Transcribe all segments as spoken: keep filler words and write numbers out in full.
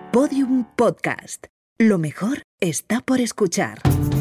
Podium Podcast. Lo mejor está por escuchar.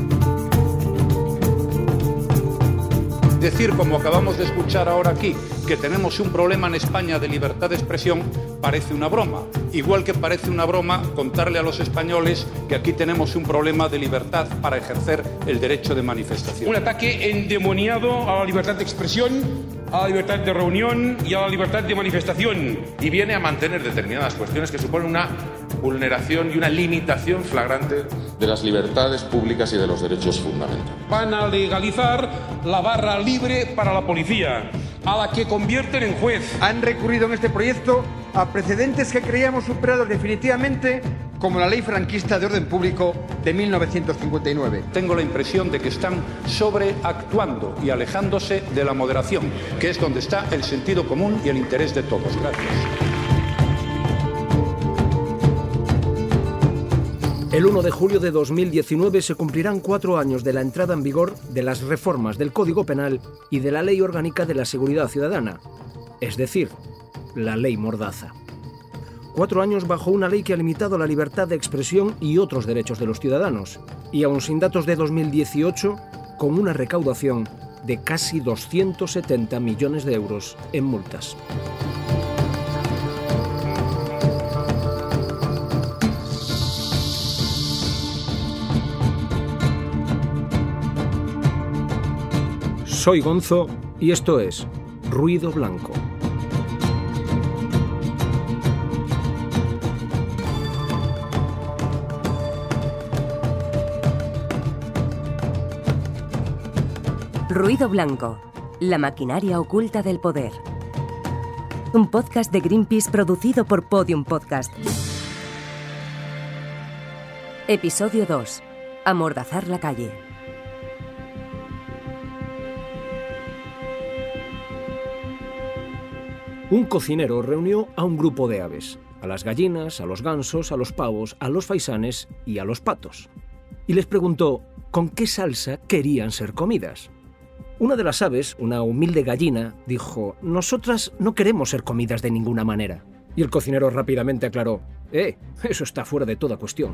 Decir, como acabamos de escuchar ahora aquí, que tenemos un problema en España de libertad de expresión, parece una broma. Igual que parece una broma contarle a los españoles que aquí tenemos un problema de libertad para ejercer el derecho de manifestación. Un ataque endemoniado a la libertad de expresión, a la libertad de reunión y a la libertad de manifestación. Y viene a mantener determinadas cuestiones que suponen una vulneración y una limitación flagrante de las libertades públicas y de los derechos fundamentales. Van a legalizar la barra libre para la policía, a la que convierten en juez. Han recurrido en este proyecto a precedentes que creíamos superados definitivamente, como la ley franquista de orden público de mil novecientos cincuenta y nueve. Tengo la impresión de que están sobreactuando y alejándose de la moderación, que es donde está el sentido común y el interés de todos. Gracias. El uno de julio de dos mil diecinueve se cumplirán cuatro años de la entrada en vigor de las reformas del Código Penal y de la Ley Orgánica de la Seguridad Ciudadana, es decir, la Ley Mordaza. Cuatro años bajo una ley que ha limitado la libertad de expresión y otros derechos de los ciudadanos, y aun sin datos de dos mil dieciocho, con una recaudación de casi doscientos setenta millones de euros en multas. Soy Gonzo y esto es Ruido Blanco. Ruido Blanco, la maquinaria oculta del poder. Un podcast de Greenpeace producido por Podium Podcast. Episodio dos. Amordazar la calle. Un cocinero reunió a un grupo de aves, a las gallinas, a los gansos, a los pavos, a los faisanes y a los patos. Y les preguntó con qué salsa querían ser comidas. Una de las aves, una humilde gallina, dijo: «Nosotras no queremos ser comidas de ninguna manera». Y el cocinero rápidamente aclaró: «Eh, eso está fuera de toda cuestión».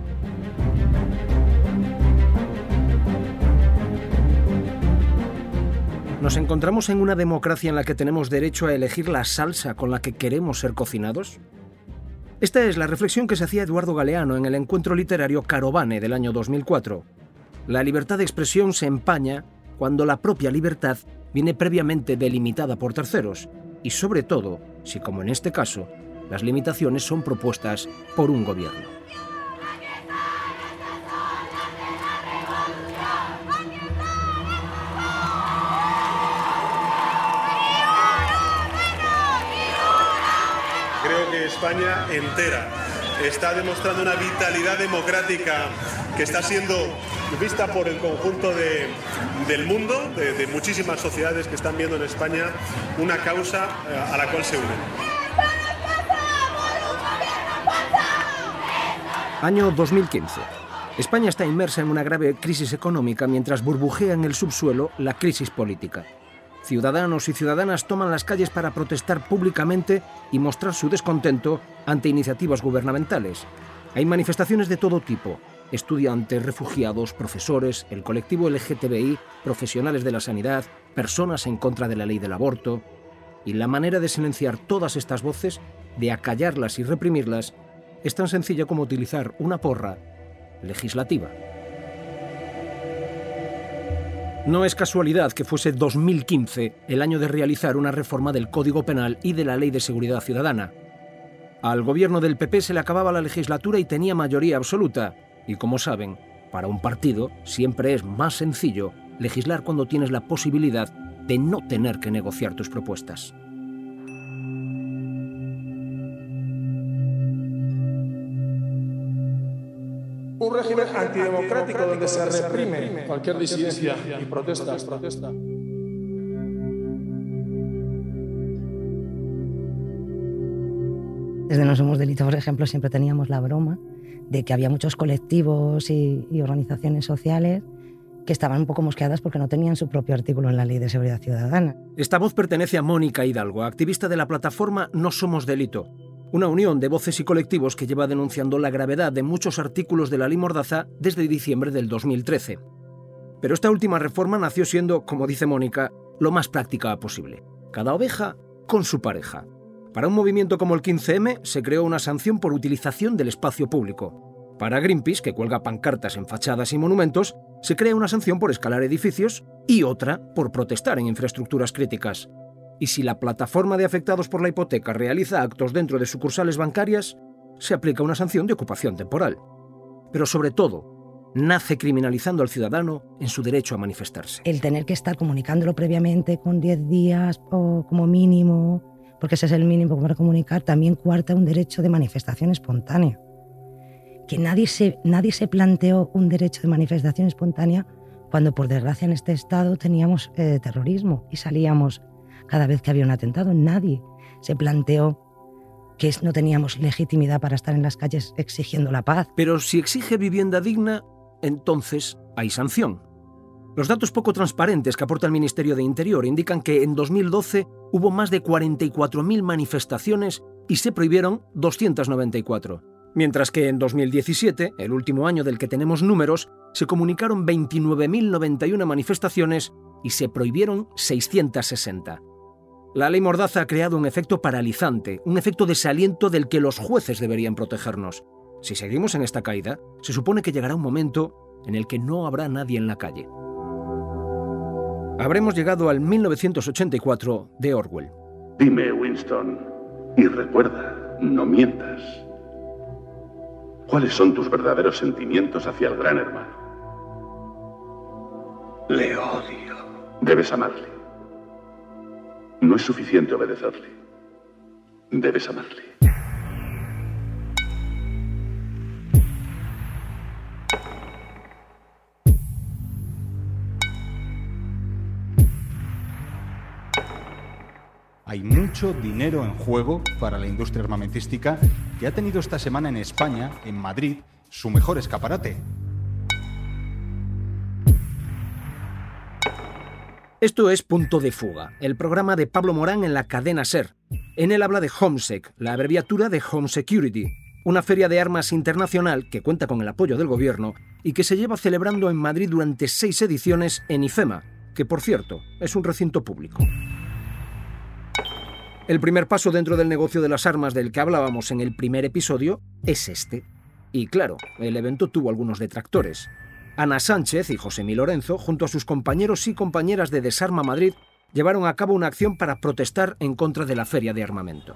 ¿Nos encontramos en una democracia en la que tenemos derecho a elegir la salsa con la que queremos ser cocinados? Esta es la reflexión que se hacía Eduardo Galeano en el encuentro literario Carovane del año dos mil cuatro. La libertad de expresión se empaña cuando la propia libertad viene previamente delimitada por terceros y, sobre todo, si, como en este caso, las limitaciones son propuestas por un gobierno. Creo que España entera está demostrando una vitalidad democrática que está siendo vista por el conjunto de, del mundo, de, de muchísimas sociedades que están viendo en España una causa a la cual se unen. Año dos mil quince. España está inmersa en una grave crisis económica mientras burbujea en el subsuelo la crisis política. Ciudadanos y ciudadanas toman las calles para protestar públicamente y mostrar su descontento ante iniciativas gubernamentales. Hay manifestaciones de todo tipo: estudiantes, refugiados, profesores, el colectivo L G T B I, profesionales de la sanidad, personas en contra de la ley del aborto. Y la manera de silenciar todas estas voces, de acallarlas y reprimirlas, es tan sencilla como utilizar una porra legislativa. No es casualidad que fuese dos mil quince el año de realizar una reforma del Código Penal y de la Ley de Seguridad Ciudadana. Al gobierno del P P se le acababa la legislatura y tenía mayoría absoluta. Y como saben, para un partido siempre es más sencillo legislar cuando tienes la posibilidad de no tener que negociar tus propuestas. Un régimen antidemocrático donde se reprime cualquier disidencia y protestas. protesta. Desde No Somos Delito, por ejemplo, siempre teníamos la broma de que había muchos colectivos y, y organizaciones sociales que estaban un poco mosqueadas porque no tenían su propio artículo en la Ley de Seguridad Ciudadana. Esta voz pertenece a Mónica Hidalgo, activista de la plataforma No Somos Delito. Una unión de voces y colectivos que lleva denunciando la gravedad de muchos artículos de la Ley Mordaza desde diciembre del dos mil trece. Pero esta última reforma nació siendo, como dice Mónica, lo más práctica posible. Cada oveja con su pareja. Para un movimiento como el quince eme se creó una sanción por utilización del espacio público. Para Greenpeace, que cuelga pancartas en fachadas y monumentos, se crea una sanción por escalar edificios y otra por protestar en infraestructuras críticas. Y si la plataforma de afectados por la hipoteca realiza actos dentro de sucursales bancarias, se aplica una sanción de ocupación temporal. Pero sobre todo, nace criminalizando al ciudadano en su derecho a manifestarse. El tener que estar comunicándolo previamente con diez días o como mínimo, porque ese es el mínimo para comunicar, también coarta un derecho de manifestación espontánea. Que nadie se, nadie se planteó un derecho de manifestación espontánea cuando, por desgracia, en este estado teníamos eh, terrorismo y salíamos cada vez que había un atentado. Nadie se planteó que no teníamos legitimidad para estar en las calles exigiendo la paz. Pero si exige vivienda digna, entonces hay sanción. Los datos poco transparentes que aporta el Ministerio de Interior indican que en dos mil doce hubo más de cuarenta y cuatro mil manifestaciones y se prohibieron doscientas noventa y cuatro. Mientras que en dos mil diecisiete, el último año del que tenemos números, se comunicaron veintinueve mil noventa y una manifestaciones y se prohibieron seiscientas sesenta. La ley Mordaza ha creado un efecto paralizante, un efecto desaliento del que los jueces deberían protegernos. Si seguimos en esta caída, se supone que llegará un momento en el que no habrá nadie en la calle. Habremos llegado al mil novecientos ochenta y cuatro de Orwell. Dime, Winston, y recuerda, no mientas. ¿Cuáles son tus verdaderos sentimientos hacia el gran hermano? Le odio. Debes amarle. No es suficiente obedecerle. Debes amarle. Hay mucho dinero en juego para la industria armamentística que ha tenido esta semana en España, en Madrid, su mejor escaparate. Esto es Punto de Fuga, el programa de Pablo Morán en la cadena SER. En él habla de HomeSec, la abreviatura de Home Security, una feria de armas internacional que cuenta con el apoyo del gobierno y que se lleva celebrando en Madrid durante seis ediciones en IFEMA, que por cierto es un recinto público. El primer paso dentro del negocio de las armas del que hablábamos en el primer episodio es este. Y claro, el evento tuvo algunos detractores. Ana Sánchez y José Mí Lorenzo, junto a sus compañeros y compañeras de Desarma Madrid, llevaron a cabo una acción para protestar en contra de la feria de armamento.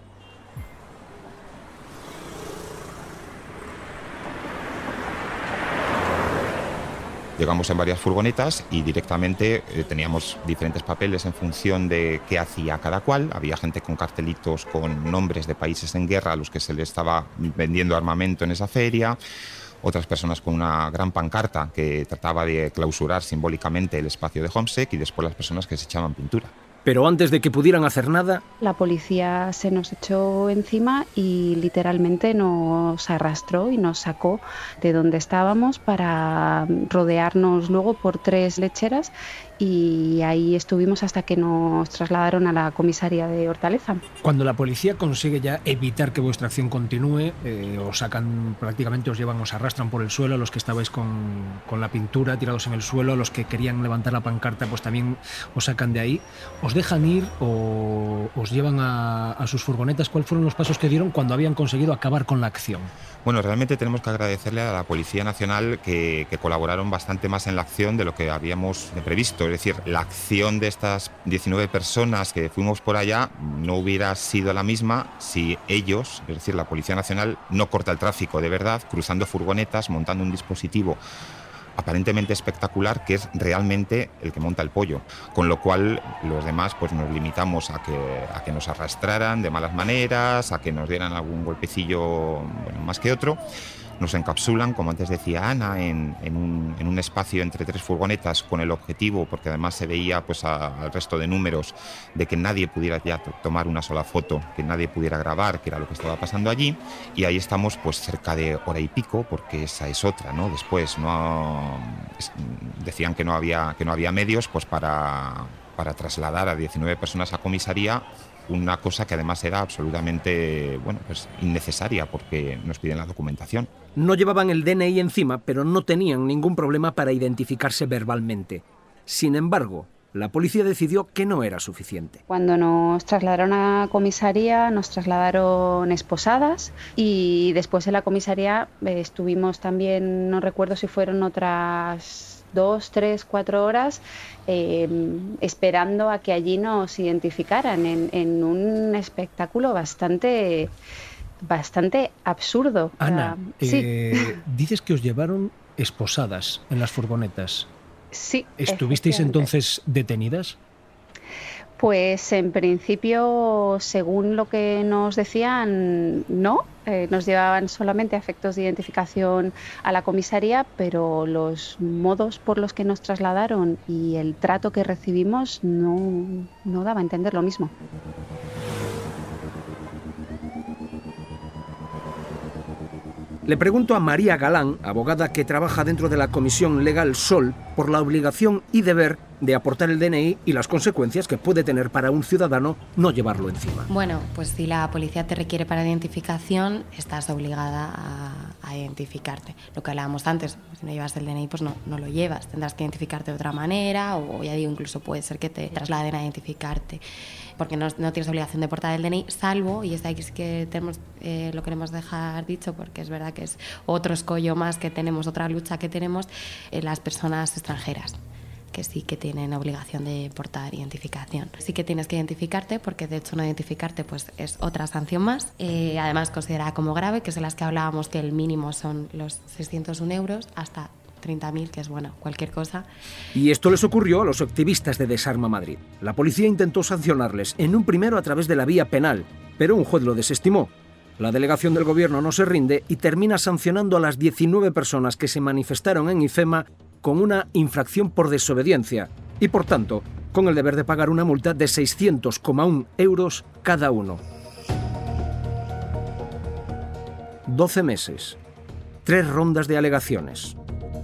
Llegamos en varias furgonetas y directamente eh, teníamos diferentes papeles en función de qué hacía cada cual. Había gente con cartelitos con nombres de países en guerra a los que se les estaba vendiendo armamento en esa feria. Otras personas con una gran pancarta que trataba de clausurar simbólicamente el espacio de HomeSec y después las personas que se echaban pintura. Pero antes de que pudieran hacer nada, la policía se nos echó encima y literalmente nos arrastró y nos sacó de donde estábamos para rodearnos luego por tres lecheras y ahí estuvimos hasta que nos trasladaron a la comisaría de Hortaleza. Cuando la policía consigue ya evitar que vuestra acción continúe, eh, os sacan, prácticamente os llevan, os arrastran por el suelo, a los que estabais con, con la pintura tirados en el suelo, a los que querían levantar la pancarta, pues también os sacan de ahí. ¿Os dejan ir o os llevan a, a sus furgonetas? ¿Cuáles fueron los pasos que dieron cuando habían conseguido acabar con la acción? Bueno, realmente tenemos que agradecerle a la Policía Nacional que, que colaboraron bastante más en la acción de lo que habíamos previsto. Es decir, la acción de estas diecinueve personas que fuimos por allá no hubiera sido la misma si ellos, es decir, la Policía Nacional, no corta el tráfico de verdad, cruzando furgonetas, montando un dispositivo aparentemente espectacular que es realmente el que monta el pollo, con lo cual los demás pues nos limitamos a que, a que nos arrastraran de malas maneras, a que nos dieran algún golpecillo, bueno, más que otro. Nos encapsulan, como antes decía Ana, en, en, un, en un espacio entre tres furgonetas con el objetivo, porque además se veía pues a, al resto de números, de que nadie pudiera ya tomar una sola foto, que nadie pudiera grabar, que era lo que estaba pasando allí, y ahí estamos pues cerca de hora y pico, porque esa es otra, ¿no? Después no decían que no había, que no había medios pues para, para trasladar a diecinueve personas a comisaría una cosa que además era absolutamente, bueno, pues innecesaria porque nos piden la documentación. No llevaban el D N I encima, pero no tenían ningún problema para identificarse verbalmente. Sin embargo, la policía decidió que no era suficiente. Cuando nos trasladaron a comisaría, nos trasladaron esposadas y después en la comisaría eh, estuvimos también, no recuerdo si fueron otras dos, tres, cuatro horas eh, esperando a que allí nos identificaran en, en un espectáculo bastante, bastante absurdo. Ana, uh, sí. eh, dices que os llevaron esposadas en las furgonetas. Sí. ¿Estuvisteis entonces detenidas? Pues en principio, según lo que nos decían, no. Eh, nos llevaban solamente a efectos de identificación a la comisaría, pero los modos por los que nos trasladaron y el trato que recibimos no, no daba a entender lo mismo. Le pregunto a María Galán, abogada que trabaja dentro de la Comisión Legal Sol, por la obligación y deber de aportar el D N I y las consecuencias que puede tener para un ciudadano no llevarlo encima. Bueno, pues si la policía te requiere para identificación, estás obligada a, a identificarte. Lo que hablábamos antes, si no llevas el D N I, pues no, no lo llevas. Tendrás que identificarte de otra manera o, ya digo, incluso puede ser que te trasladen a identificarte. Porque no, no tienes obligación de portar el D N I, salvo, y es ahí que tenemos, eh, lo queremos dejar dicho, porque es verdad que es otro escollo más que tenemos, otra lucha que tenemos, eh, las personas extranjeras, que sí que tienen obligación de portar identificación. Sí que tienes que identificarte, porque de hecho no identificarte pues es otra sanción más, eh, además considerada como grave, que es de las que hablábamos, que el mínimo son los seiscientos un euros, hasta treinta mil, que es, bueno, cualquier cosa. Y esto les ocurrió a los activistas de Desarma Madrid. La policía intentó sancionarles, en un primero a través de la vía penal, pero un juez lo desestimó. La delegación del gobierno no se rinde y termina sancionando a las diecinueve personas que se manifestaron en IFEMA con una infracción por desobediencia y, por tanto, con el deber de pagar una multa de seiscientos coma uno euros cada uno. doce meses, tres rondas de alegaciones.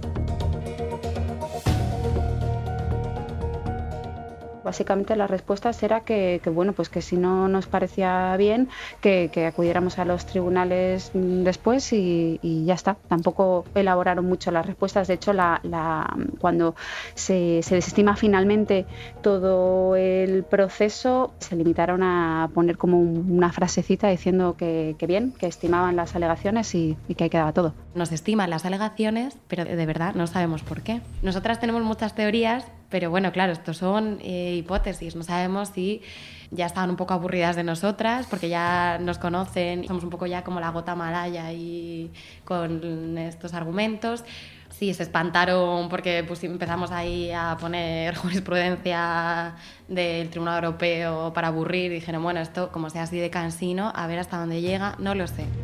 Básicamente las respuestas era que, que bueno, pues que si no nos parecía bien, que, que acudiéramos a los tribunales después y, y ya está. Tampoco elaboraron mucho las respuestas. De hecho, la, la, cuando se, se desestima finalmente todo el proceso, se limitaron a poner como una frasecita diciendo que, que bien, que estimaban las alegaciones y, y que ahí quedaba todo. Nos estiman las alegaciones, pero de verdad no sabemos por qué. Nosotras tenemos muchas teorías, pero bueno, claro, estos son eh, hipótesis. No sabemos si ya estaban un poco aburridas de nosotras, porque ya nos conocen, somos un poco ya como la gota malaya y con estos argumentos. Sí, se espantaron porque pues, empezamos ahí a poner jurisprudencia del Tribunal Europeo para aburrir y dijeron, bueno, esto como sea así de cansino, a ver hasta dónde llega, no lo sé.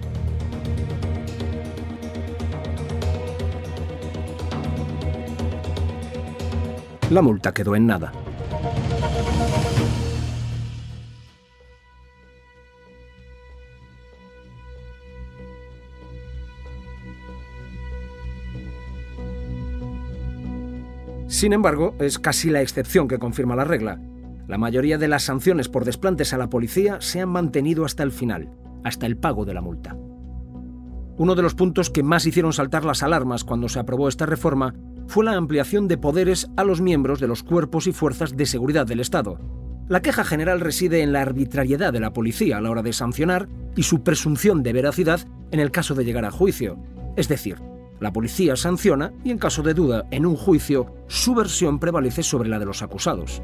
La multa quedó en nada. Sin embargo, es casi la excepción que confirma la regla. La mayoría de las sanciones por desplantes a la policía se han mantenido hasta el final, hasta el pago de la multa. Uno de los puntos que más hicieron saltar las alarmas cuando se aprobó esta reforma fue la ampliación de poderes a los miembros de los cuerpos y fuerzas de seguridad del Estado. La queja general reside en la arbitrariedad de la policía a la hora de sancionar y su presunción de veracidad en el caso de llegar a juicio. Es decir, la policía sanciona y en caso de duda en un juicio, su versión prevalece sobre la de los acusados.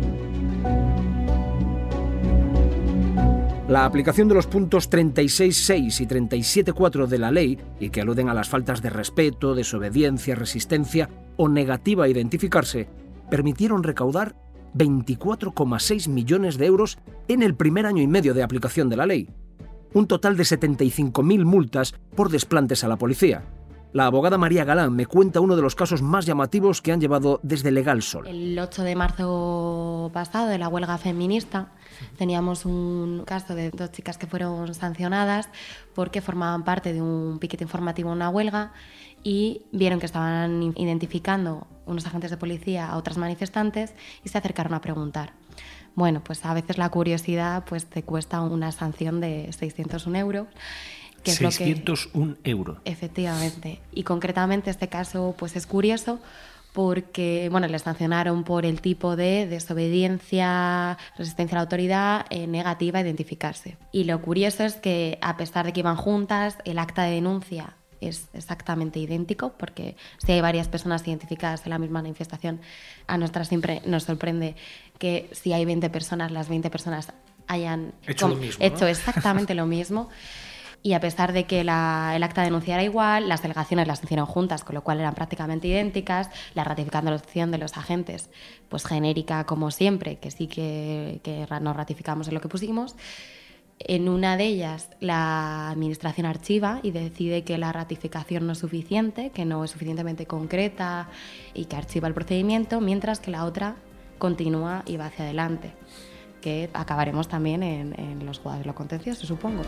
La aplicación de los puntos treinta y seis punto seis y treinta y siete punto cuatro de la ley, y que aluden a las faltas de respeto, desobediencia, resistencia o negativa a identificarse, permitieron recaudar veinticuatro coma seis millones de euros en el primer año y medio de aplicación de la ley. Un total de setenta y cinco mil multas por desplantes a la policía. La abogada María Galán me cuenta uno de los casos más llamativos que han llevado desde Legal Sol. El ocho de marzo pasado, de la huelga feminista, teníamos un caso de dos chicas que fueron sancionadas porque formaban parte de un piquete informativo en una huelga y vieron que estaban identificando unos agentes de policía a otras manifestantes y se acercaron a preguntar. Bueno, pues a veces la curiosidad pues te cuesta una sanción de seiscientos un euros. Que es seiscientos un lo que... euros. Efectivamente. Y concretamente este caso pues es curioso porque bueno, les sancionaron por el tipo de desobediencia, resistencia a la autoridad eh, negativa a identificarse. Y lo curioso es que a pesar de que iban juntas, el acta de denuncia es exactamente idéntico, porque si hay varias personas identificadas en la misma manifestación, a nosotras siempre nos sorprende que si hay veinte personas, las veinte personas hayan hecho, lo mismo, hecho ¿no? exactamente lo mismo. Y a pesar de que la, el acta de denuncia era igual, las delegaciones las hicieron juntas, con lo cual eran prácticamente idénticas, la ratificación de los agentes, pues genérica como siempre, que sí que, que nos ratificamos en lo que pusimos. En una de ellas, la administración archiva y decide que la ratificación no es suficiente, que no es suficientemente concreta y que archiva el procedimiento, mientras que la otra continúa y va hacia adelante, que acabaremos también en, en los juzgados de lo contencioso, supongo.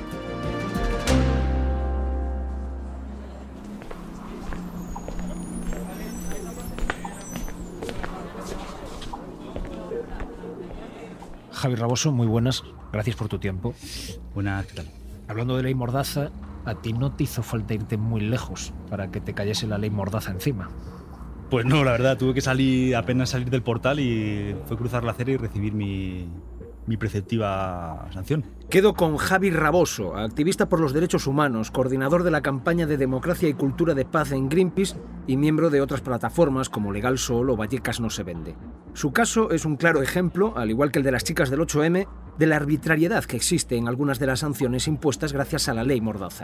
Javi Raboso, muy buenas. Gracias por tu tiempo. Buenas, ¿qué tal? Hablando de ley Mordaza, a ti no te hizo falta irte muy lejos para que te cayese la ley Mordaza encima. Pues no, la verdad, tuve que salir, apenas salir del portal y fue cruzar la acera y recibir mi, mi preceptiva sanción. Quedo con Javi Raboso, activista por los derechos humanos, coordinador de la campaña de democracia y cultura de paz en Greenpeace y miembro de otras plataformas como Legal Sol o Vallecas no se vende. Su caso es un claro ejemplo, al igual que el de las chicas del ocho eme, de la arbitrariedad que existe en algunas de las sanciones impuestas gracias a la ley Mordaza.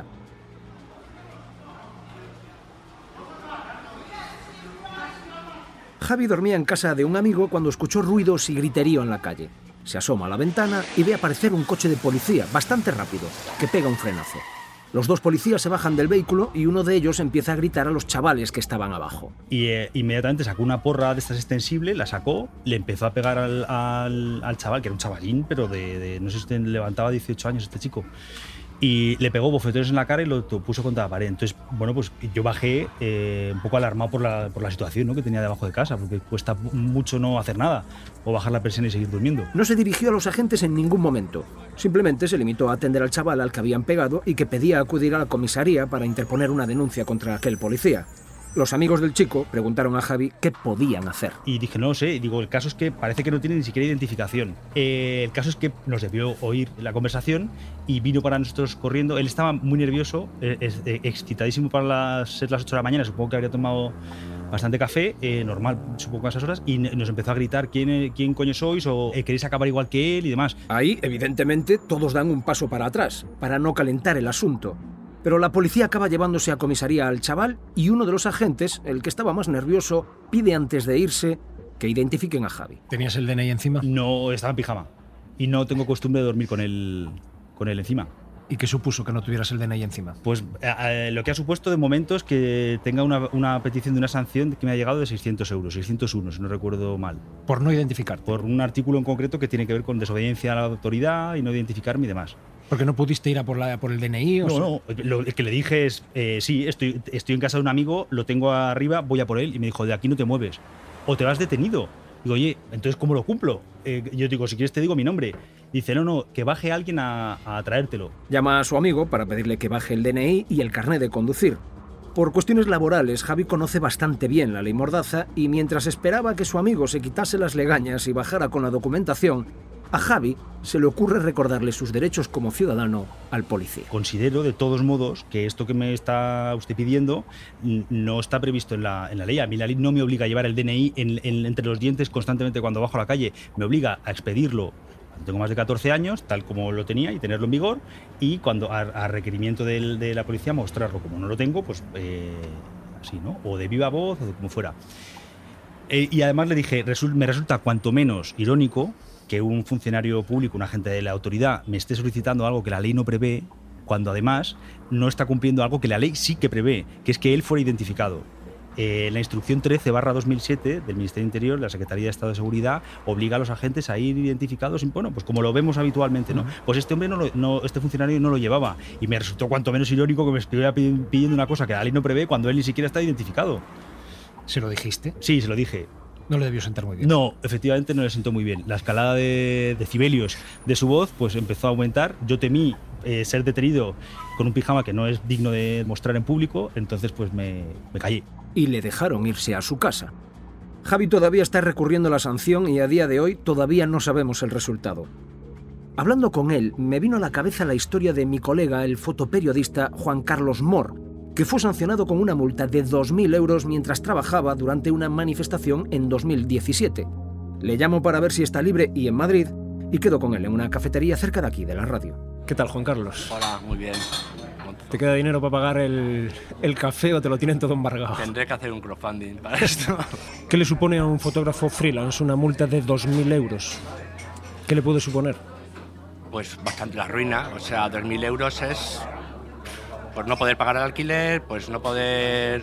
Javi dormía en casa de un amigo cuando escuchó ruidos y griterío en la calle. Se asoma a la ventana y ve aparecer un coche de policía, bastante rápido, que pega un frenazo. Los dos policías se bajan del vehículo y uno de ellos empieza a gritar a los chavales que estaban abajo. Y eh, inmediatamente sacó una porra de estas extensible, la sacó, le empezó a pegar al, al, al chaval, que era un chavalín, pero de, de no sé si levantaba dieciocho años este chico. Y le pegó bofetones en la cara y lo puso contra la pared. Entonces, bueno, pues yo bajé eh, un poco alarmado por la, por la situación, ¿no?, que tenía debajo de casa, porque cuesta mucho no hacer nada o bajar la presión y seguir durmiendo. No se dirigió a los agentes en ningún momento. Simplemente se limitó a atender al chaval al que habían pegado y que pedía acudir a la comisaría para interponer una denuncia contra aquel policía. Los amigos del chico preguntaron a Javi qué podían hacer. Y dije, no sé, digo, el caso es que parece que no tiene ni siquiera identificación. Eh, el caso es que nos debió oír la conversación y vino para nosotros corriendo. Él estaba muy nervioso, eh, eh, excitadísimo para las, ser las ocho de la mañana, supongo que habría tomado bastante café, eh, normal, supongo que a esas horas, y nos empezó a gritar quién, quién coño sois o eh, queréis acabar igual que él y demás. Ahí, evidentemente, todos dan un paso para atrás, para no calentar el asunto. Pero la policía acaba llevándose a comisaría al chaval y uno de los agentes, el que estaba más nervioso, pide antes de irse que identifiquen a Javi. ¿Tenías el D N I encima? No, estaba en pijama. Y no tengo costumbre de dormir con él, con él encima. ¿Y qué supuso que no tuvieras el D N I encima? Pues eh, lo que ha supuesto de momento es que tenga una, una petición de una sanción que me ha llegado de seiscientos euros, seiscientos uno, si no recuerdo mal. ¿Por no identificarte? Por un artículo en concreto que tiene que ver con desobediencia a la autoridad y no identificarme y demás. ¿Porque no pudiste ir a por, la, por el D N I? O no, no, lo que le dije es, eh, sí, estoy, estoy en casa de un amigo, lo tengo arriba, voy a por él, y me dijo, de aquí no te mueves, o te vas detenido. Digo, oye, entonces ¿cómo lo cumplo? Eh, yo digo, si quieres te digo mi nombre. Dice, no, no, que baje alguien a, a traértelo. Llama a su amigo para pedirle que baje el D N I y el carné de conducir. Por cuestiones laborales, Javi conoce bastante bien la ley Mordaza y mientras esperaba que su amigo se quitase las legañas y bajara con la documentación, a Javi se le ocurre recordarle sus derechos como ciudadano al policía. Considero, de todos modos, que esto que me está usted pidiendo no está previsto en la, en la ley. A mí la ley no me obliga a llevar el D N I en, en, entre los dientes constantemente cuando bajo a la calle. Me obliga a expedirlo cuando tengo más de catorce años, tal como lo tenía, y tenerlo en vigor, y cuando a, a requerimiento del, de la policía mostrarlo. Como no lo tengo, pues eh, así, ¿no? O de viva voz, o de como fuera. Eh, y además le dije, resul, me resulta cuanto menos irónico que un funcionario público, un agente de la autoridad, me esté solicitando algo que la ley no prevé, cuando además no está cumpliendo algo que la ley sí que prevé, que es que él fuera identificado. Eh, la instrucción trece barra dos mil siete del Ministerio del Interior, la Secretaría de Estado de Seguridad, obliga a los agentes a ir identificados, bueno, pues como lo vemos habitualmente, ¿no? Pues este hombre, no lo, no, este funcionario no lo llevaba, y me resultó cuanto menos irónico que me estuviera pidiendo una cosa que la ley no prevé cuando él ni siquiera está identificado. ¿Se lo dijiste? Sí, se lo dije. No le debió sentar muy bien. No, efectivamente no le sentó muy bien. La escalada de decibelios de su voz pues empezó a aumentar. Yo temí eh, ser detenido con un pijama que no es digno de mostrar en público, entonces pues me, me callé. Y le dejaron irse a su casa. Javi todavía está recurriendo la sanción y a día de hoy todavía no sabemos el resultado. Hablando con él, me vino a la cabeza la historia de mi colega, el fotoperiodista Juan Carlos Mor, que fue sancionado con una multa de dos mil euros mientras trabajaba durante una manifestación en dos mil diecisiete. Le llamo para ver si está libre y en Madrid, y quedo con él en una cafetería cerca de aquí, de la radio. ¿Qué tal, Juan Carlos? Hola, muy bien. ¿Te queda dinero para pagar el, el café o te lo tienen todo embargado? Tendré que hacer un crowdfunding para esto. ¿Qué le supone a un fotógrafo freelance una multa de dos mil euros? ¿Qué le puede suponer? Pues bastante la ruina. O sea, dos mil euros es pues no poder pagar el alquiler, pues no poder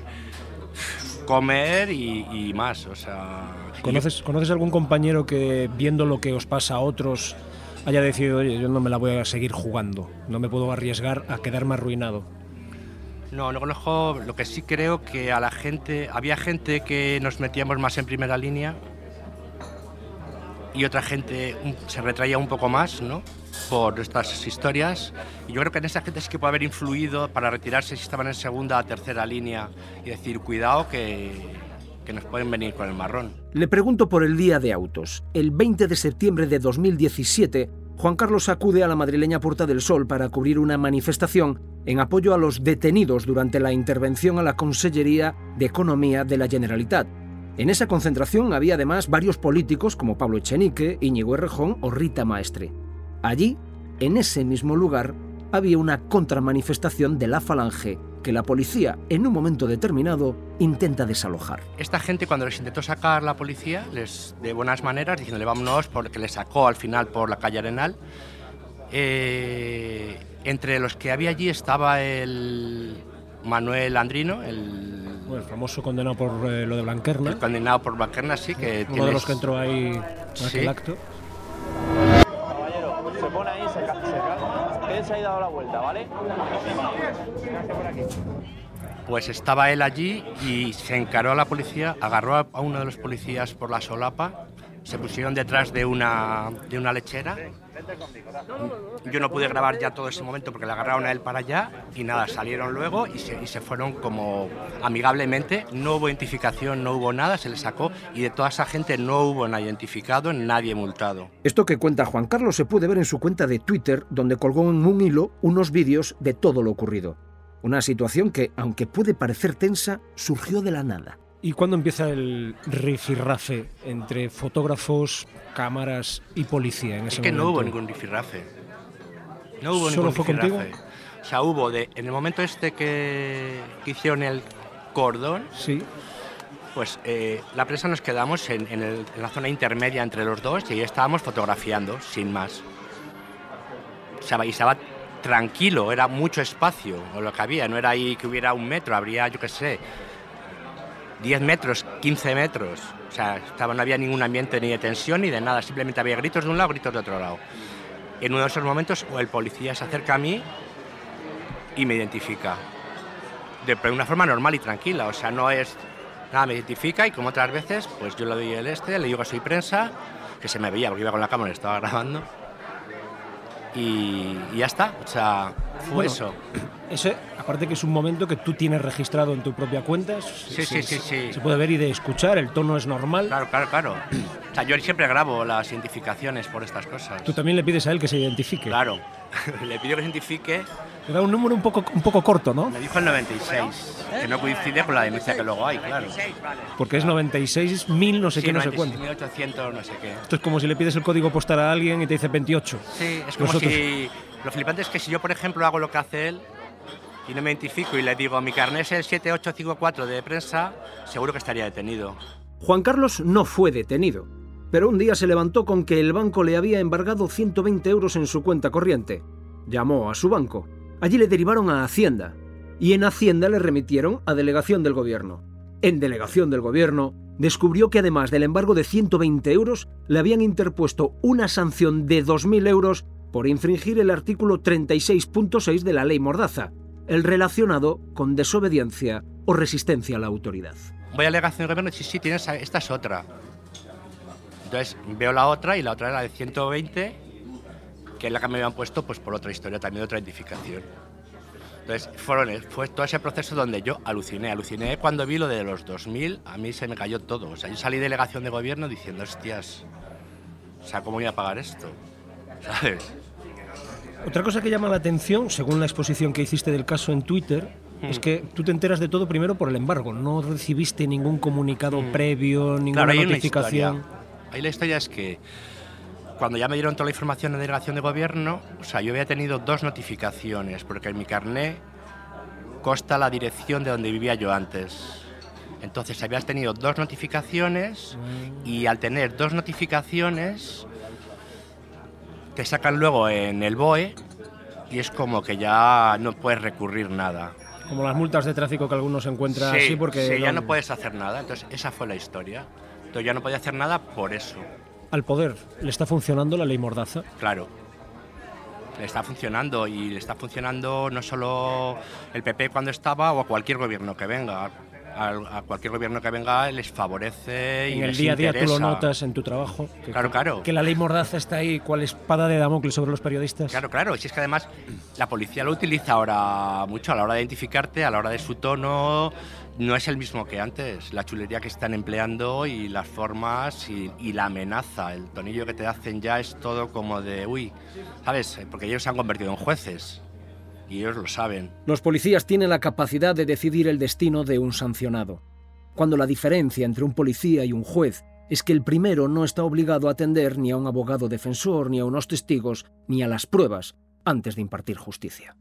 comer y, y más. O sea, ¿Conoces, ¿Conoces algún compañero que, viendo lo que os pasa a otros, haya decidido, oye, yo no me la voy a seguir jugando, no me puedo arriesgar a quedarme arruinado? No, no conozco. Lo que sí creo que a la gente, había gente que nos metíamos más en primera línea y otra gente se retraía un poco más, ¿no?, por estas historias. Y yo creo que en esa gente sí que puede haber influido para retirarse si estaban en segunda o tercera línea y decir, cuidado que, que nos pueden venir con el marrón. Le pregunto por el día de autos. El veinte de septiembre de dos mil diecisiete, Juan Carlos acude a la madrileña Puerta del Sol para cubrir una manifestación en apoyo a los detenidos durante la intervención a la Consellería de Economía de la Generalitat. En esa concentración había además varios políticos como Pablo Echenique, Íñigo Errejón o Rita Maestre. Allí, en ese mismo lugar, había una contramanifestación de la Falange que la policía, en un momento determinado, intenta desalojar. Esta gente, cuando les intentó sacar la policía, les de buenas maneras, diciéndole vámonos, porque les sacó al final por la calle Arenal, eh, entre los que había allí estaba el Manuel Andrino, el... Bueno, el famoso condenado por eh, lo de Blanquerna. El condenado por Blanquerna, sí, que Uno tienes... de los que entró ahí en sí. aquel acto. Caballero, se pone ahí, se, se calma, que él se ha dado la vuelta, ¿vale? Pues estaba él allí y se encaró a la policía, agarró a uno de los policías por la solapa, se pusieron detrás de una, de una lechera. Yo no pude grabar ya todo ese momento porque le agarraron a él para allá y nada, salieron luego y se, y se fueron como amigablemente. No hubo identificación, no hubo nada, se les sacó y de toda esa gente no hubo nadie identificado, nadie multado. Esto que cuenta Juan Carlos se puede ver en su cuenta de Twitter, donde colgó en un hilo unos vídeos de todo lo ocurrido. Una situación que, aunque puede parecer tensa, surgió de la nada. ¿Y cuándo empieza el rifirrafe entre fotógrafos, cámaras y policía en ese momento? Es que no hubo ningún rifirrafe. No hubo ¿Solo ningún fue rifirrafe. contigo? O sea, hubo de, en el momento este que, que hicieron el cordón, sí. Pues eh, la prensa nos quedamos en, en, el, en la zona intermedia entre los dos y ahí estábamos fotografiando, sin más. O sea, y estaba tranquilo, era mucho espacio o lo que había, no era ahí que hubiera un metro, habría, yo qué sé, diez metros, quince metros. O sea, estaba, no había ningún ambiente ni de tensión ni de nada, simplemente había gritos de un lado, gritos de otro lado. En uno de esos momentos el policía se acerca a mí y me identifica. De, de una forma normal y tranquila, o sea, no es... Nada, me identifica y como otras veces, pues yo le doy el este, le digo que soy prensa, que se me veía porque iba con la cámara y estaba grabando. Y, y ya está, o sea, fue bueno, eso. Ese, aparte que es un momento que tú tienes registrado en tu propia cuenta. Sí, sí, sí, sí. Se puede ver y de escuchar, el tono es normal. Claro, claro, claro. O sea, yo siempre grabo las identificaciones por estas cosas. Tú también le pides a él que se identifique. Claro, le pido que se identifique. Te da un número un poco, un poco corto, ¿no? Me dijo el noventa y seis, que no coincide con la denuncia que luego hay, claro. Porque es noventa y seis mil no sé sí, qué, no sé cuánto. mil ochocientos, no sé qué. Esto es como si le pides el código postal a alguien y te dice veintiocho. Sí, es como Nosotros... si... Lo flipante es que si yo, por ejemplo, hago lo que hace él y no me identifico y le digo mi carnet es el siete ocho cinco cuatro de prensa, seguro que estaría detenido. Juan Carlos no fue detenido, pero un día se levantó con que el banco le había embargado ciento veinte euros en su cuenta corriente. Llamó a su banco. Allí le derivaron a Hacienda y en Hacienda le remitieron a Delegación del Gobierno. En Delegación del Gobierno descubrió que además del embargo de ciento veinte euros, le habían interpuesto una sanción de dos mil euros por infringir el artículo treinta y seis punto seis de la Ley Mordaza, el relacionado con desobediencia o resistencia a la autoridad. Voy a Delegación del Gobierno y sí, sí, tienes, esta es otra. Entonces veo la otra y la otra era la de ciento veinte, que es la que me habían puesto pues por otra historia, también otra identificación. Entonces fueron, fue todo ese proceso donde yo aluciné, aluciné cuando vi lo de los dos mil, a mí se me cayó todo. O sea, yo salí de Delegación de Gobierno diciendo, hostias, o sea, ¿cómo voy a pagar esto? ¿Sabes? Otra cosa que llama la atención, según la exposición que hiciste del caso en Twitter, mm. es que tú te enteras de todo primero por el embargo. No recibiste ningún comunicado mm. previo, ninguna claro, hay notificación. Una Ahí la historia es que cuando ya me dieron toda la información de Delegación de Gobierno, o sea, yo había tenido dos notificaciones, porque en mi carné consta la dirección de donde vivía yo antes. Entonces habías tenido dos notificaciones mm. y al tener dos notificaciones te sacan luego en el B O E y es como que ya no puedes recurrir nada. Como las multas de tráfico que algunos encuentran sí, así porque... Sí, ya no puedes hacer nada, entonces esa fue la historia. Entonces ya no podía hacer nada por eso. ¿Al poder le está funcionando la Ley Mordaza? Claro, le está funcionando y le está funcionando no solo el P P cuando estaba o a cualquier gobierno que venga. A, a cualquier gobierno que venga les favorece y en el les día a día interesa. Tú lo notas en tu trabajo. Que, claro, claro. Que la Ley Mordaza está ahí, cual espada de Damocles sobre los periodistas. Claro, claro. Si es que además la policía lo utiliza ahora mucho a la hora de identificarte, a la hora de su tono. No es el mismo que antes, la chulería que están empleando y las formas y, y la amenaza, el tonillo que te hacen ya es todo como de, uy, ¿sabes? Porque ellos se han convertido en jueces y ellos lo saben. Los policías tienen la capacidad de decidir el destino de un sancionado, cuando la diferencia entre un policía y un juez es que el primero no está obligado a atender ni a un abogado defensor, ni a unos testigos, ni a las pruebas antes de impartir justicia.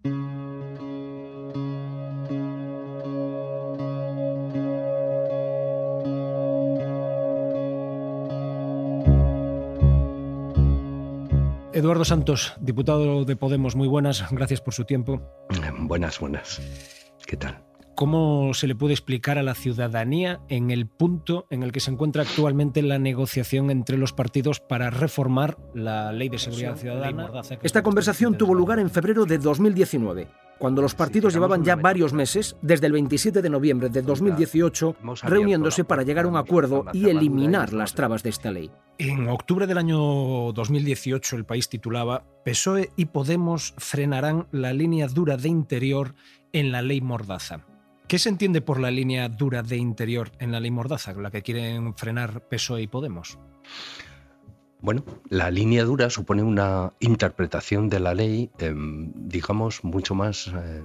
Eduardo Santos, diputado de Podemos, muy buenas, gracias por su tiempo. Buenas, buenas. ¿Qué tal? ¿Cómo se le puede explicar a la ciudadanía en el punto en el que se encuentra actualmente la negociación entre los partidos para reformar la Ley de Seguridad Ciudadana? Esta conversación tuvo lugar en febrero de dos mil diecinueve, cuando los partidos llevaban ya varios meses, desde el veintisiete de noviembre de dos mil dieciocho, reuniéndose para llegar a un acuerdo y eliminar las trabas de esta ley. En octubre del año dos mil dieciocho, El País titulaba P S O E y Podemos frenarán la línea dura de Interior en la Ley Mordaza. ¿Qué se entiende por la línea dura de Interior en la Ley Mordaza, la que quieren frenar P S O E y Podemos? Bueno, la línea dura supone una interpretación de la ley, eh, digamos, mucho más eh,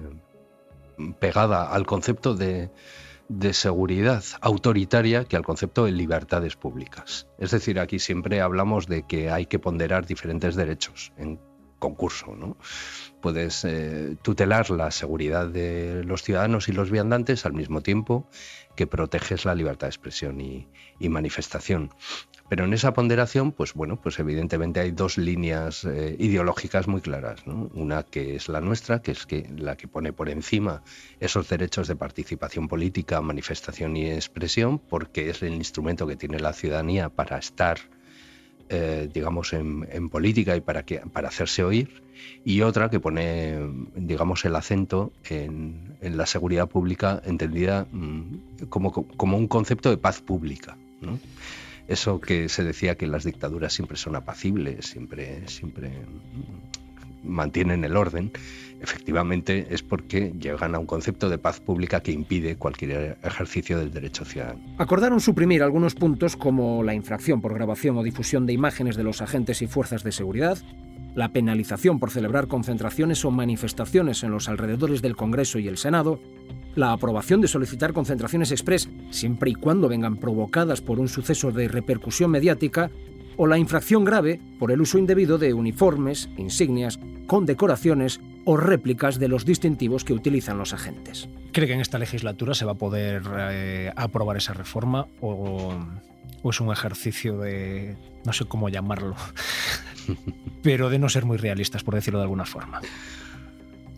pegada al concepto de, de seguridad autoritaria que al concepto de libertades públicas. Es decir, aquí siempre hablamos de que hay que ponderar diferentes derechos en concurso, ¿no? Puedes eh, tutelar la seguridad de los ciudadanos y los viandantes al mismo tiempo que proteges la libertad de expresión y, y manifestación. Pero en esa ponderación, pues bueno, pues evidentemente hay dos líneas eh, ideológicas muy claras, ¿no? Una que es la nuestra, que es que la que pone por encima esos derechos de participación política, manifestación y expresión, porque es el instrumento que tiene la ciudadanía para estar, eh, digamos, en, en política y para, que, para hacerse oír, y otra que pone, digamos, el acento en, en la seguridad pública entendida mmm, como, como un concepto de paz pública, ¿no? Eso que se decía que las dictaduras siempre son apacibles, siempre, siempre mantienen el orden, efectivamente es porque llegan a un concepto de paz pública que impide cualquier ejercicio del derecho ciudadano. Acordaron suprimir algunos puntos como la infracción por grabación o difusión de imágenes de los agentes y fuerzas de seguridad, la penalización por celebrar concentraciones o manifestaciones en los alrededores del Congreso y el Senado, la aprobación de solicitar concentraciones express siempre y cuando vengan provocadas por un suceso de repercusión mediática, o la infracción grave por el uso indebido de uniformes, insignias, condecoraciones o réplicas de los distintivos que utilizan los agentes. ¿Cree que en esta legislatura se va a poder eh, aprobar esa reforma o, o es un ejercicio de, no sé cómo llamarlo, pero de no ser muy realistas, por decirlo de alguna forma?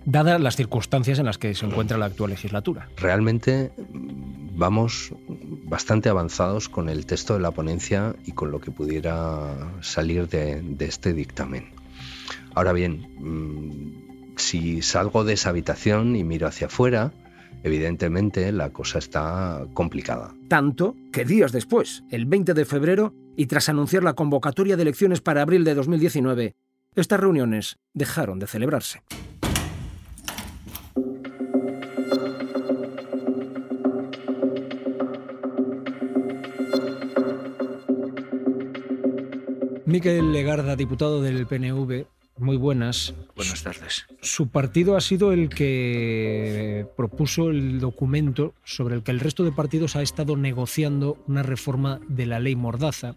dadas las circunstancias en las que se encuentra la actual legislatura. Realmente vamos bastante avanzados con el texto de la ponencia y con lo que pudiera salir de, de este dictamen. Ahora bien, si salgo de esa habitación y miro hacia afuera, evidentemente la cosa está complicada. Tanto que días después, el veinte de febrero, y tras anunciar la convocatoria de elecciones para abril de dos mil diecinueve, estas reuniones dejaron de celebrarse. Mikel Legarda, diputado del P N V, muy buenas. Buenas tardes. Su partido ha sido el que propuso el documento sobre el que el resto de partidos ha estado negociando una reforma de la ley Mordaza.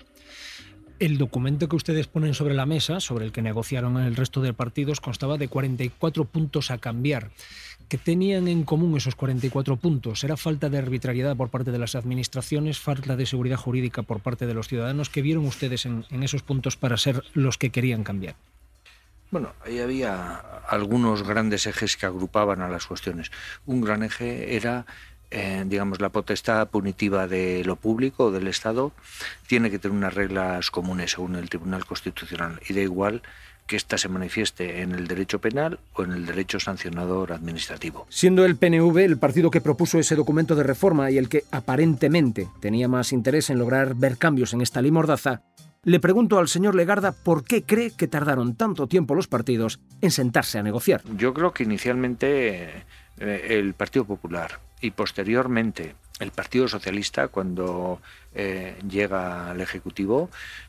El documento que ustedes ponen sobre la mesa, sobre el que negociaron el resto de partidos, constaba de cuarenta y cuatro puntos a cambiar. ¿Qué tenían en común esos cuarenta y cuatro puntos? ¿Era falta de arbitrariedad por parte de las administraciones, falta de seguridad jurídica por parte de los ciudadanos? ¿Qué vieron ustedes en, en esos puntos para ser los que querían cambiar? Bueno, ahí había algunos grandes ejes que agrupaban a las cuestiones. Un gran eje era, eh, digamos, la potestad punitiva de lo público, del Estado, tiene que tener unas reglas comunes según el Tribunal Constitucional, y da igual que ésta se manifieste en el derecho penal o en el derecho sancionador administrativo. Siendo el P N V el partido que propuso ese documento de reforma y el que aparentemente tenía más interés en lograr ver cambios en esta ley Mordaza, le pregunto al señor Legarda por qué cree que tardaron tanto tiempo los partidos en sentarse a negociar. Yo creo que inicialmente eh, el Partido Popular y posteriormente el Partido Socialista, cuando eh, llega al Ejecutivo,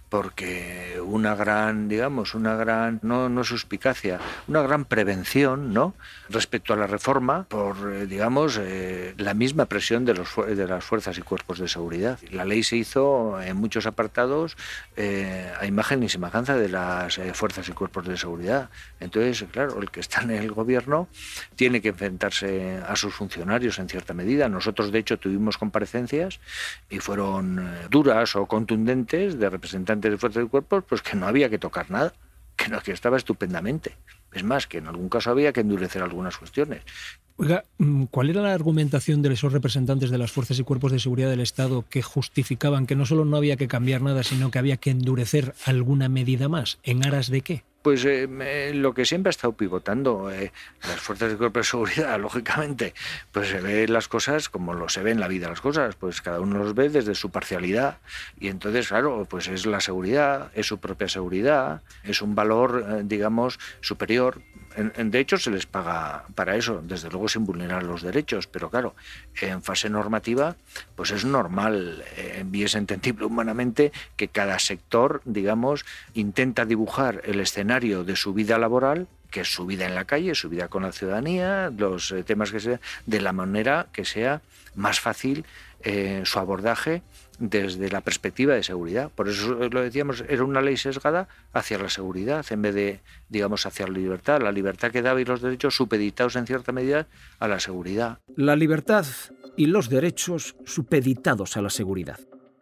porque una gran, digamos, una gran, no, no suspicacia, una gran prevención, ¿no?, respecto a la reforma por, eh, digamos, eh, la misma presión de, los, de las fuerzas y cuerpos de seguridad. La ley se hizo en muchos apartados eh, a imagen y semejanza de las eh, fuerzas y cuerpos de seguridad. Entonces, claro, el que está en el gobierno tiene que enfrentarse a sus funcionarios en cierta medida. Nosotros, de hecho, tuvimos comparecencias y fueron eh, duras o contundentes de representantes de fuerzas y cuerpos, pues que no había que tocar nada, que no, que estaba estupendamente. Es más, que en algún caso había que endurecer algunas cuestiones. Oiga, ¿cuál era la argumentación de esos representantes de las fuerzas y cuerpos de seguridad del Estado que justificaban que no solo no había que cambiar nada, sino que había que endurecer alguna medida más? ¿En aras de qué? Pues eh, lo que siempre ha estado pivotando eh, las fuerzas y cuerpos de seguridad, lógicamente, pues se ve las cosas como lo se ve en la vida las cosas, pues cada uno los ve desde su parcialidad, y entonces, claro, pues es la seguridad, es su propia seguridad, es un valor, eh, digamos, superior. En, en, de hecho, se les paga para eso, desde luego sin vulnerar los derechos, pero claro, en fase normativa, pues es normal, eh, y es entendible humanamente que cada sector, digamos, intenta dibujar el escenario de su vida laboral, que es su vida en la calle, su vida con la ciudadanía, los eh, temas que sea, de la manera que sea más fácil eh, su abordaje desde la perspectiva de seguridad. Por eso lo decíamos, era una ley sesgada hacia la seguridad en vez de, digamos, hacia la libertad. La libertad que daba y los derechos supeditados en cierta medida a la seguridad. La libertad y los derechos supeditados a la seguridad.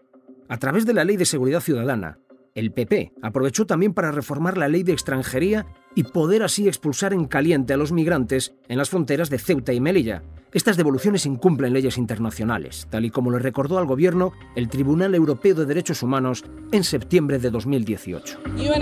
A través de la Ley de Seguridad Ciudadana, el P P aprovechó también para reformar la Ley de Extranjería y poder así expulsar en caliente a los migrantes en las fronteras de Ceuta y Melilla. Estas devoluciones incumplen leyes internacionales, tal y como le recordó al Gobierno el Tribunal Europeo de Derechos Humanos en septiembre de dos mil dieciocho.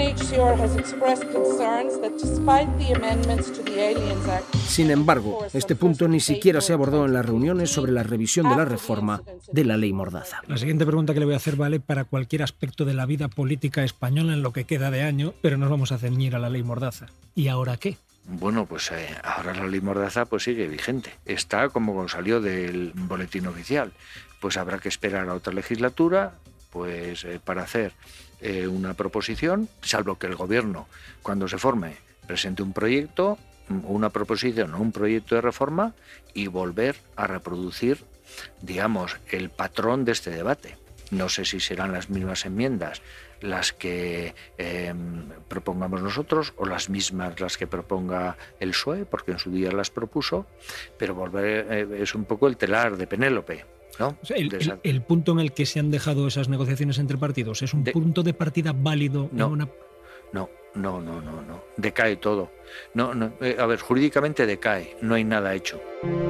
Sin embargo, este punto ni siquiera se abordó en las reuniones sobre la revisión de la reforma de la ley Mordaza. La siguiente pregunta que le voy a hacer vale para cualquier aspecto de la vida política española en lo que queda de año, pero nos vamos a ceñir a la ley Mordaza. ¿Y ahora qué? Bueno, pues eh, ahora la ley Mordaza pues sigue vigente. Está como salió del boletín oficial. Pues habrá que esperar a otra legislatura pues eh, para hacer eh, una proposición, salvo que el Gobierno, cuando se forme, presente un proyecto, una proposición o un proyecto de reforma y volver a reproducir, digamos, el patrón de este debate. No sé si serán las mismas enmiendas las que eh, propongamos nosotros o las mismas las que proponga el P S O E, porque en su día las propuso, pero volver eh, es un poco el telar de Penélope, ¿no? O sea, el, el, el punto en el que se han dejado esas negociaciones entre partidos, ¿es un de, punto de partida válido? No, en una... no, no, no, no, no. Decae todo. No, no, eh, a ver, jurídicamente decae, no hay nada hecho.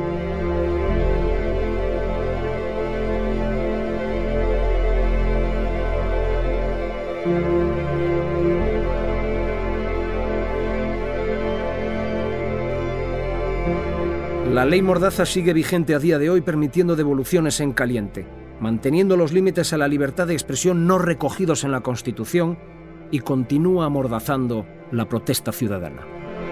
La ley Mordaza sigue vigente a día de hoy, permitiendo devoluciones en caliente, manteniendo los límites a la libertad de expresión no recogidos en la Constitución, y continúa amordazando la protesta ciudadana.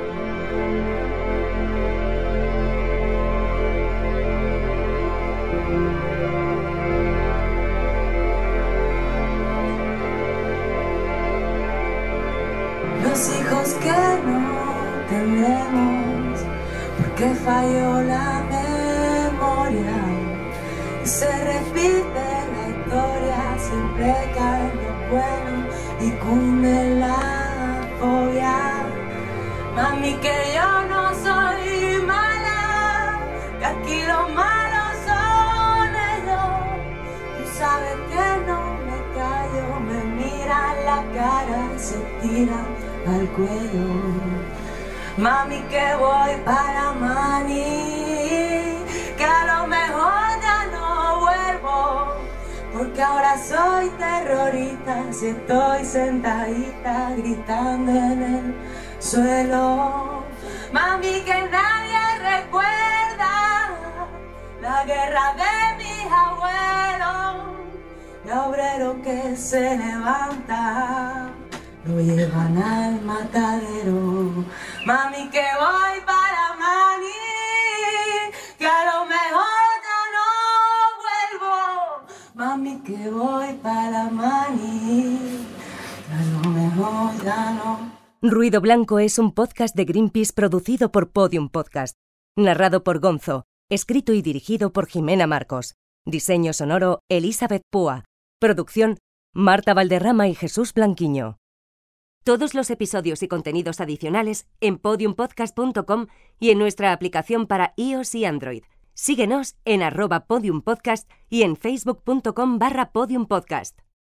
Los hijos que no tendremos, porque falló la memoria y se repite la historia, siempre cae lo bueno y cunde la fobia. Mami, que yo no soy mala, que aquí los malos son ellos. Tú sabes que no me callo, me miran la cara, se tiran al cuello. Mami, que voy para Mani, que a lo mejor ya no vuelvo, porque ahora soy terrorista, si estoy sentadita gritando en el suelo. Mami, que nadie recuerda la guerra de mis abuelos, y obrero que se levanta lo llevan al matadero. Mami, que voy para Mani, que a lo mejor ya no vuelvo. Mami, que voy para Mani, que a lo mejor ya no. Ruido Blanco es un podcast de Greenpeace producido por Podium Podcast. Narrado por Gonzo. Escrito y dirigido por Jimena Marcos. Diseño sonoro Elizabeth Púa. Producción Marta Valderrama y Jesús Blanquiño. Todos los episodios y contenidos adicionales en podium podcast punto com y en nuestra aplicación para iOS y Android. Síguenos en arroba podiumpodcast y en facebook punto com barra podiumpodcast.